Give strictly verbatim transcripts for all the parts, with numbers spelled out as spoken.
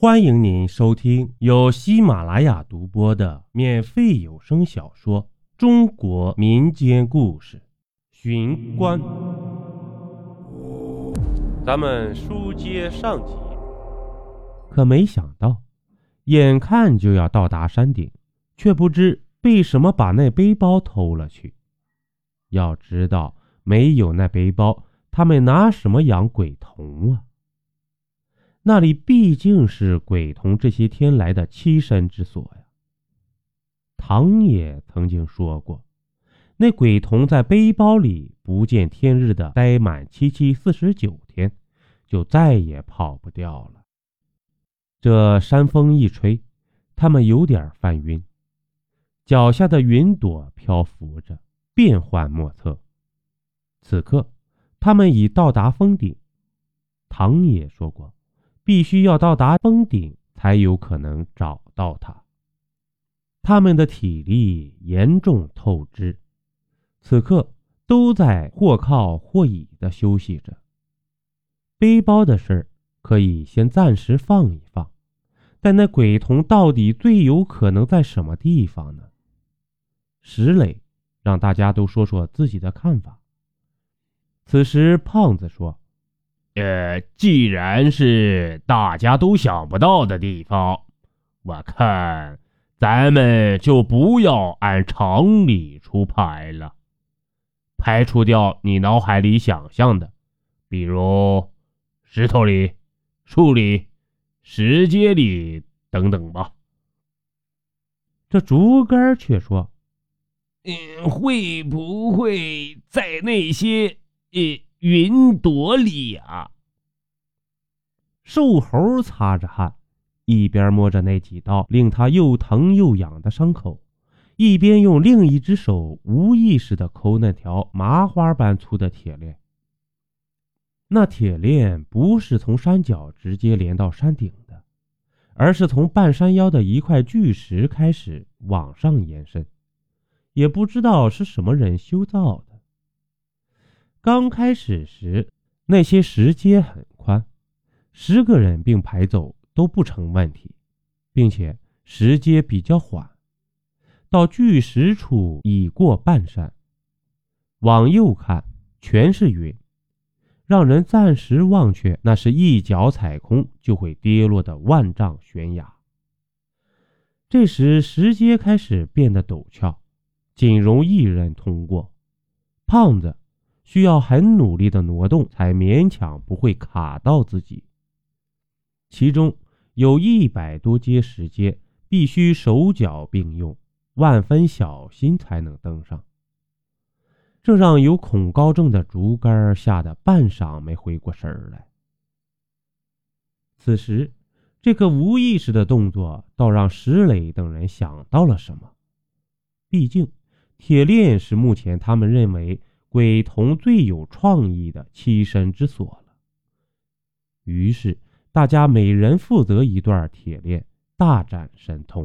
欢迎您收听由喜马拉雅独播的免费有声小说《中国民间故事·寻关》。咱们书接上集，可没想到，眼看就要到达山顶，却不知被什么把那背包偷了去。要知道，没有那背包，他们拿什么养鬼童啊？那里毕竟是鬼童这些天来的栖身之所呀。唐也曾经说过，那鬼童在背包里不见天日的待满七七四十九天，就再也跑不掉了。这山风一吹，他们有点犯晕，脚下的云朵漂浮着，变幻莫测。此刻他们已到达峰顶。唐也说过，必须要到达峰顶才有可能找到他。他们的体力严重透支，此刻都在或靠或倚的休息着。背包的事儿可以先暂时放一放，但那鬼童到底最有可能在什么地方呢？石磊让大家都说说自己的看法。此时胖子说， 呃，既然是大家都想不到的地方，我看咱们就不要按常理出牌了，排除掉你脑海里想象的，比如石头里、树里、石阶里等等吧。 这竹竿却说， 嗯，会不会在那些呃云朵里啊？ 瘦猴擦着汗，一边摸着那几道令他又疼又痒的伤口，一边用另一只手无意识地抠那条麻花般粗的铁链。那铁链不是从山脚直接连到山顶的，而是从半山腰的一块巨石开始往上延伸，也不知道是什么人修造的。刚开始时，那些石阶很宽，十个人并排走都不成问题，并且石阶比较缓。到巨石处已过半山，往右看全是云，让人暂时忘却那是一脚踩空就会跌落的万丈悬崖。这时石阶开始变得陡峭，仅容一人通过。胖子需要很努力的挪动，才勉强不会卡到自己。其中有一百多阶石阶，必须手脚并用，万分小心才能登上。这让有恐高症的竹竿吓得半晌没回过神来。此时，这个无意识的动作倒让石磊等人想到了什么。毕竟，铁链是目前他们认为鬼童最有创意的栖身之所了。于是大家每人负责一段铁链，大展神通。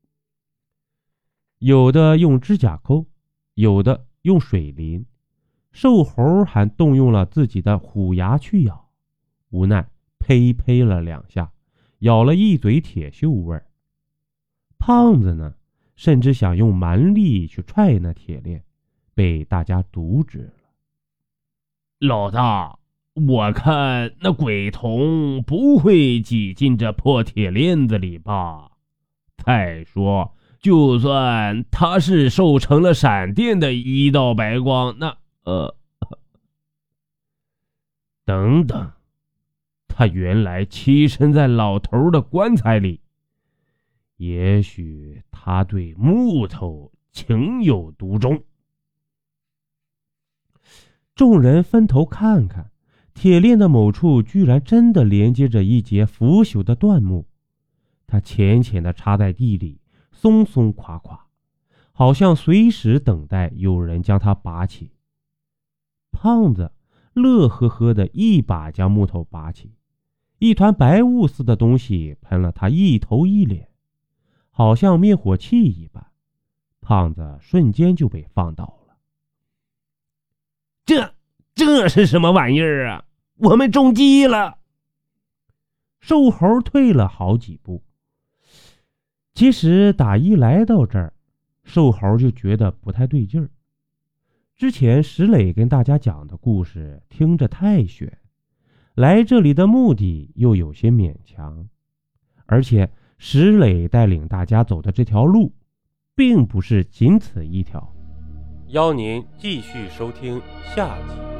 有的用指甲抠，有的用水淋，瘦猴还动用了自己的虎牙去咬，无奈呸呸了两下，咬了一嘴铁锈味儿。胖子呢，甚至想用蛮力去踹那铁链，被大家阻止了。 老大，我看那鬼童不会挤进这破铁链子里吧？再说，就算他是瘦成了闪电的一道白光，那呃，等等，他原来栖身在老头的棺材里，也许他对木头情有独钟。 众人分头看看，铁链的某处居然真的连接着一截腐朽的断木，它浅浅地插在地里，松松垮垮，好像随时等待有人将它拔起。胖子乐呵呵地一把将木头拔起，一团白雾似的东西喷了他一头一脸，好像灭火器一般，胖子瞬间就被放倒了。 这这是什么玩意儿啊？我们中计了！ 瘦猴退了好几步。其实打一来到这儿，瘦猴就觉得不太对劲儿。之前石磊跟大家讲的故事听着太玄，来这里的目的又有些勉强，而且石磊带领大家走的这条路并不是仅此一条。邀您继续收听下集。